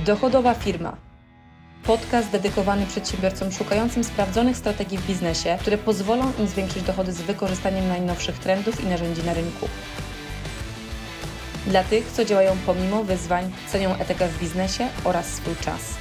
Dochodowa firma. Podcast dedykowany przedsiębiorcom szukającym sprawdzonych strategii w biznesie, które pozwolą im zwiększyć dochody z wykorzystaniem najnowszych trendów i narzędzi na rynku. Dla tych, co działają pomimo wyzwań, cenią etykę w biznesie oraz swój czas.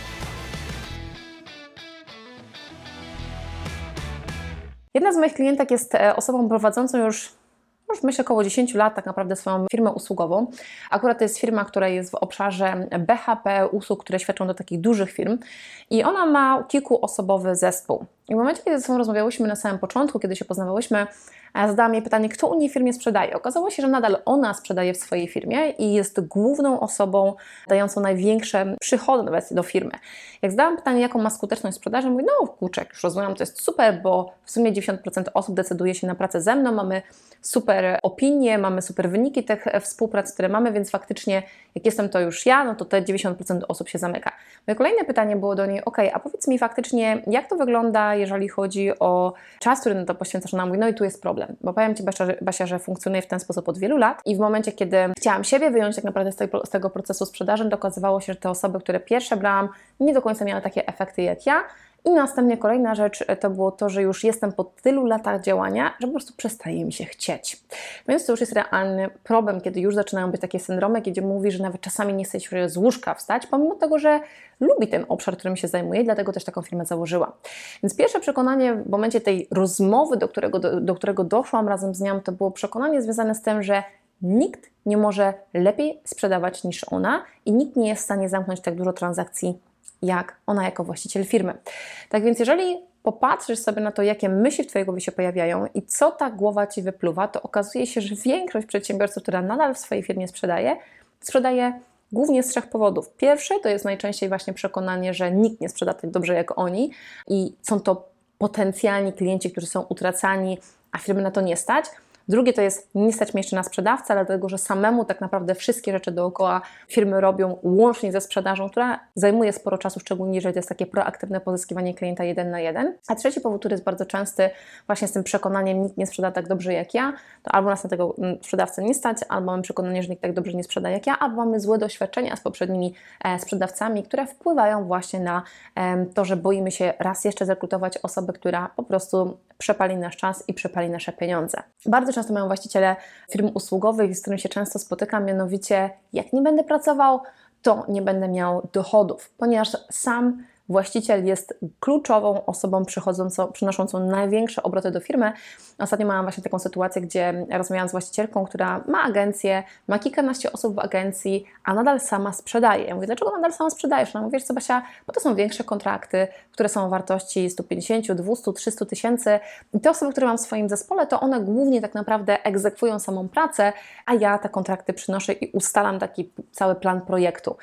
Jedna z moich klientek jest osobą prowadzącą już myślę około 10 lat tak naprawdę swoją firmę usługową. Akurat to jest firma, która jest w obszarze BHP, usług, które świadczą do takich dużych firm i ona ma kilkuosobowy zespół. I w momencie, kiedy ze sobą rozmawiałyśmy na samym początku, kiedy się poznawałyśmy, zadałam jej pytanie, kto u niej w firmie sprzedaje. Okazało się, że nadal ona sprzedaje w swojej firmie i jest główną osobą dającą największe przychody nawet do firmy. Jak zadałam pytanie, jaką ma skuteczność sprzedaży, mówi, no kurczę, już rozumiem, to jest super, bo w sumie 90% osób decyduje się na pracę ze mną, mamy super opinie, mamy super wyniki tych współprac, które mamy, więc faktycznie jak jestem to już ja, no to te 90% osób się zamyka. Moje kolejne pytanie było do niej, a powiedz mi faktycznie, jak to wygląda, jeżeli chodzi o czas, który na to poświęcasz? Ona mówi, no i tu jest problem, bo powiem Ci, Basia, że funkcjonuję w ten sposób od wielu lat i w momencie, kiedy chciałam siebie wyjąć tak naprawdę z tego procesu sprzedaży, to okazywało się, że te osoby, które pierwsze brałam, nie do końca miały takie efekty jak ja. I następnie kolejna rzecz to było to, że już jestem po tylu latach działania, że po prostu przestaje mi się chcieć. Więc to już jest realny problem, kiedy już zaczynają być takie syndromy, kiedy mówi, że nawet czasami nie chce się z łóżka wstać, pomimo tego, że lubi ten obszar, którym się zajmuje, dlatego też taką firmę założyła. Więc pierwsze przekonanie w momencie tej rozmowy, do którego doszłam razem z nią, to było przekonanie związane z tym, że nikt nie może lepiej sprzedawać niż ona i nikt nie jest w stanie zamknąć tak dużo transakcji jak ona jako właściciel firmy. Tak więc jeżeli popatrzysz sobie na to, jakie myśli w Twojej głowie się pojawiają i co ta głowa Ci wypluwa, to okazuje się, że większość przedsiębiorców, która nadal w swojej firmie sprzedaje głównie z 3 powodów. Pierwszy to jest najczęściej właśnie przekonanie, że nikt nie sprzeda tak dobrze jak oni i są to potencjalni klienci, którzy są utracani, a firmy na to nie stać. Drugie to jest nie stać mnie jeszcze na sprzedawcę, dlatego że samemu tak naprawdę wszystkie rzeczy dookoła firmy robią łącznie ze sprzedażą, która zajmuje sporo czasu, szczególnie jeżeli to jest takie proaktywne pozyskiwanie klienta 1 na 1. A trzeci powód, który jest bardzo częsty, właśnie z tym przekonaniem nikt nie sprzeda tak dobrze jak ja, to albo nas na tego sprzedawcę nie stać, albo mamy przekonanie, że nikt tak dobrze nie sprzeda jak ja, albo mamy złe doświadczenia z poprzednimi sprzedawcami, które wpływają właśnie na to, że boimy się raz jeszcze zrekrutować osobę, która po prostu przepali nasz czas i przepali nasze pieniądze. Bardzo często mają właściciele firm usługowych, z którymi się często spotykam, mianowicie jak nie będę pracował, to nie będę miał dochodów, ponieważ sam właściciel jest kluczową osobą przynoszącą największe obroty do firmy. Ostatnio miałam właśnie taką sytuację, gdzie rozmawiałam z właścicielką, która ma agencję, ma kilkanaście osób w agencji, a nadal sama sprzedaje. Ja mówię, dlaczego nadal sama sprzedajesz? Ona mówi, wiesz co, Basia, bo to są większe kontrakty, które są o wartości 150, 200, 300 tysięcy i te osoby, które mam w swoim zespole, to one głównie tak naprawdę egzekwują samą pracę, a ja te kontrakty przynoszę i ustalam taki cały plan projektu.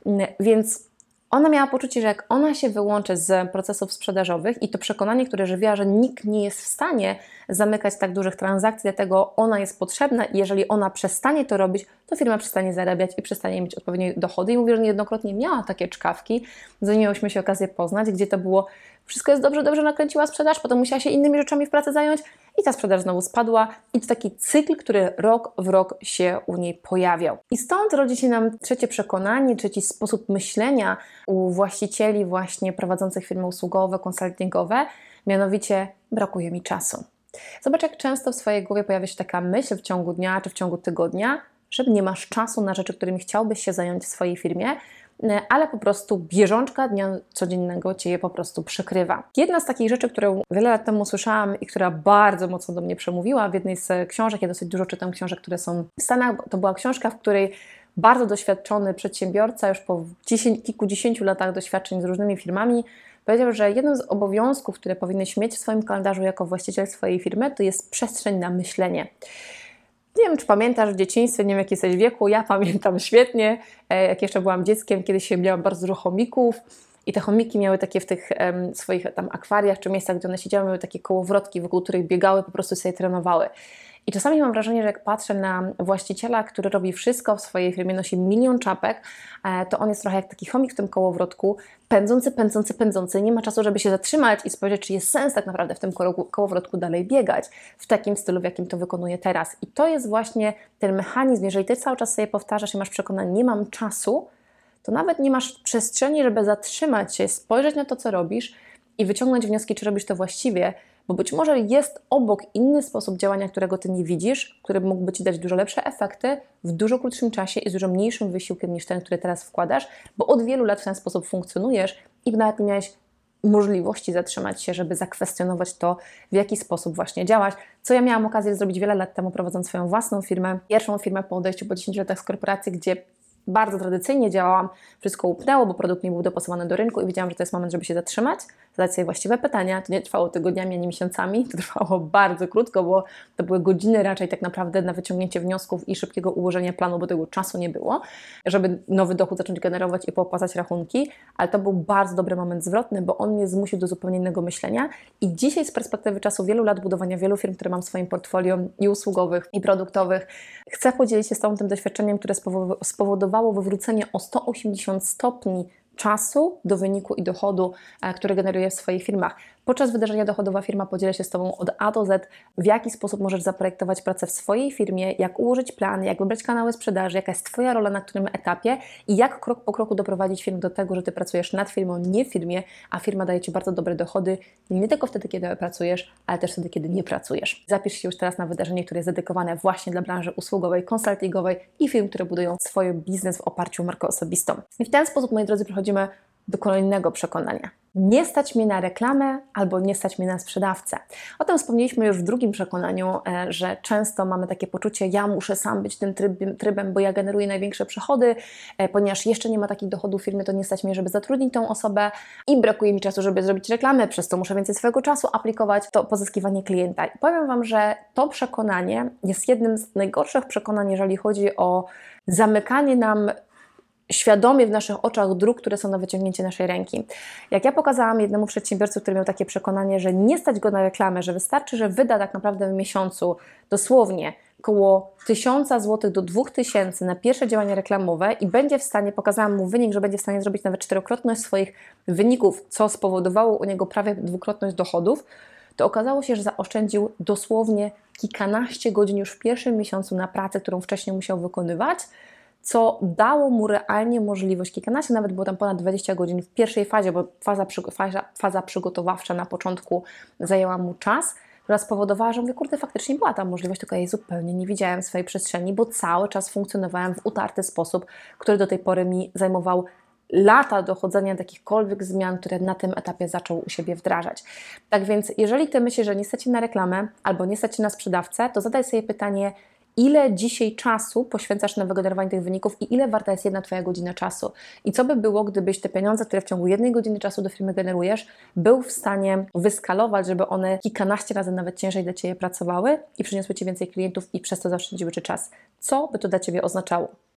Więc ona miała poczucie, że jak ona się wyłączy z procesów sprzedażowych i to przekonanie, które żywiła, że nikt nie jest w stanie zamykać tak dużych transakcji, dlatego ona jest potrzebna i jeżeli ona przestanie to robić, to firma przestanie zarabiać i przestanie mieć odpowiednie dochody. I mówię, że niejednokrotnie miała takie czkawki, miałyśmy się okazję poznać, gdzie to było, wszystko jest dobrze nakręciła sprzedaż, potem musiała się innymi rzeczami w pracy zająć i ta sprzedaż znowu spadła i to taki cykl, który rok w rok się u niej pojawiał. I stąd rodzi się nam trzecie przekonanie, trzeci sposób myślenia u właścicieli właśnie prowadzących firmy usługowe, konsultingowe, mianowicie brakuje mi czasu. Zobacz, jak często w swojej głowie pojawia się taka myśl w ciągu dnia czy w ciągu tygodnia, że nie masz czasu na rzeczy, którymi chciałbyś się zająć w swojej firmie, ale po prostu bieżączka dnia codziennego Cię je po prostu przykrywa. Jedna z takich rzeczy, którą wiele lat temu słyszałam i która bardzo mocno do mnie przemówiła w jednej z książek, ja dosyć dużo czytam książek, które są w Stanach, to była książka, w której bardzo doświadczony przedsiębiorca, już po kilkudziesięciu latach doświadczeń z różnymi firmami, powiedział, że jednym z obowiązków, które powinieneś mieć w swoim kalendarzu jako właściciel swojej firmy, to jest przestrzeń na myślenie. Nie wiem, czy pamiętasz w dzieciństwie, nie wiem, jaki jesteś wieku, ja pamiętam świetnie, jak jeszcze byłam dzieckiem, kiedyś miałam bardzo dużo chomików i te chomiki miały takie w tych swoich tam akwariach czy miejscach, gdzie one siedziały, miały takie kołowrotki, wokół których biegały, po prostu sobie trenowały. I czasami mam wrażenie, że jak patrzę na właściciela, który robi wszystko w swojej firmie, nosi 1 milion czapek, to on jest trochę jak taki chomik w tym kołowrotku, pędzący, nie ma czasu, żeby się zatrzymać i spojrzeć, czy jest sens tak naprawdę w tym kołowrotku dalej biegać, w takim stylu, w jakim to wykonuje teraz. I to jest właśnie ten mechanizm, jeżeli Ty cały czas sobie powtarzasz i masz przekonanie, nie mam czasu, to nawet nie masz przestrzeni, żeby zatrzymać się, spojrzeć na to, co robisz i wyciągnąć wnioski, czy robisz to właściwie, bo być może jest obok inny sposób działania, którego Ty nie widzisz, który mógłby Ci dać dużo lepsze efekty w dużo krótszym czasie i z dużo mniejszym wysiłkiem niż ten, który teraz wkładasz, bo od wielu lat w ten sposób funkcjonujesz i nawet nie miałeś możliwości zatrzymać się, żeby zakwestionować to, w jaki sposób właśnie działać, co ja miałam okazję zrobić wiele lat temu, prowadząc swoją własną firmę, pierwszą firmę po odejściu po 10 latach z korporacji, gdzie bardzo tradycyjnie działałam, wszystko upnęło, bo produkt nie był dopasowany do rynku i wiedziałam, że to jest moment, żeby się zatrzymać, zadać sobie właściwe pytania. To nie trwało tygodniami ani miesiącami, to trwało bardzo krótko, bo to były godziny raczej tak naprawdę na wyciągnięcie wniosków i szybkiego ułożenia planu, bo tego czasu nie było, żeby nowy dochód zacząć generować i poopłacać rachunki, ale to był bardzo dobry moment zwrotny, bo on mnie zmusił do zupełnie innego myślenia i dzisiaj z perspektywy czasu wielu lat budowania wielu firm, które mam w swoim portfolio i usługowych, i produktowych, chcę podzielić się z Tobą tym doświadczeniem, które spowodowało wywrócenie o 180 stopni czasu do wyniku i dochodu, który generuję w swoich firmach. Podczas wydarzenia Dochodowa Firma podzielę się z Tobą od A do Z, w jaki sposób możesz zaprojektować pracę w swojej firmie, jak ułożyć plan, jak wybrać kanały sprzedaży, jaka jest Twoja rola na którym etapie i jak krok po kroku doprowadzić firmę do tego, że Ty pracujesz nad firmą, nie w firmie, a firma daje Ci bardzo dobre dochody, nie tylko wtedy, kiedy pracujesz, ale też wtedy, kiedy nie pracujesz. Zapisz się już teraz na wydarzenie, które jest dedykowane właśnie dla branży usługowej, konsultingowej i firm, które budują swój biznes w oparciu o markę osobistą. I w ten sposób, moi drodzy, przechodzimy do kolejnego przekonania. Nie stać mnie na reklamę albo nie stać mnie na sprzedawcę. O tym wspomnieliśmy już w drugim przekonaniu, że często mamy takie poczucie, ja muszę sam być tym trybem, bo ja generuję największe przychody, ponieważ jeszcze nie ma takich dochodów w firmie, to nie stać mnie, żeby zatrudnić tą osobę i brakuje mi czasu, żeby zrobić reklamę, przez to muszę więcej swojego czasu aplikować, to pozyskiwanie klienta. I powiem Wam, że to przekonanie jest jednym z najgorszych przekonań, jeżeli chodzi o zamykanie nam świadomie w naszych oczach dróg, które są na wyciągnięcie naszej ręki. Jak ja pokazałam jednemu przedsiębiorcy, który miał takie przekonanie, że nie stać go na reklamę, że wystarczy, że wyda tak naprawdę w miesiącu dosłownie około 1000 zł do 2000 na pierwsze działania reklamowe i będzie w stanie, pokazałam mu wynik, że będzie w stanie zrobić nawet 4-krotność swoich wyników, co spowodowało u niego prawie 2-krotność dochodów, to okazało się, że zaoszczędził dosłownie kilkanaście godzin już w pierwszym miesiącu na pracę, którą wcześniej musiał wykonywać, co dało mu realnie możliwość, kilkanaście, nawet było tam ponad 20 godzin w pierwszej fazie, bo faza przygotowawcza na początku zajęła mu czas, która spowodowała, że mówię, kurde, faktycznie była tam możliwość, tylko ja jej zupełnie nie widziałem w swojej przestrzeni, bo cały czas funkcjonowałem w utarty sposób, który do tej pory mi zajmował lata dochodzenia do jakichkolwiek zmian, które na tym etapie zaczął u siebie wdrażać. Tak więc, jeżeli Ty myślisz, że nie stać Cię na reklamę albo nie stać Cię na sprzedawcę, to zadaj sobie pytanie, ile dzisiaj czasu poświęcasz na wygenerowanie tych wyników i ile warta jest jedna Twoja godzina czasu. I co by było, gdybyś te pieniądze, które w ciągu 1 godziny czasu do firmy generujesz, był w stanie wyskalować, żeby one kilkanaście razy nawet ciężej dla Ciebie pracowały i przyniosły Ci więcej klientów i przez to zaoszczędziły Ci czas. Co by to dla Ciebie oznaczało?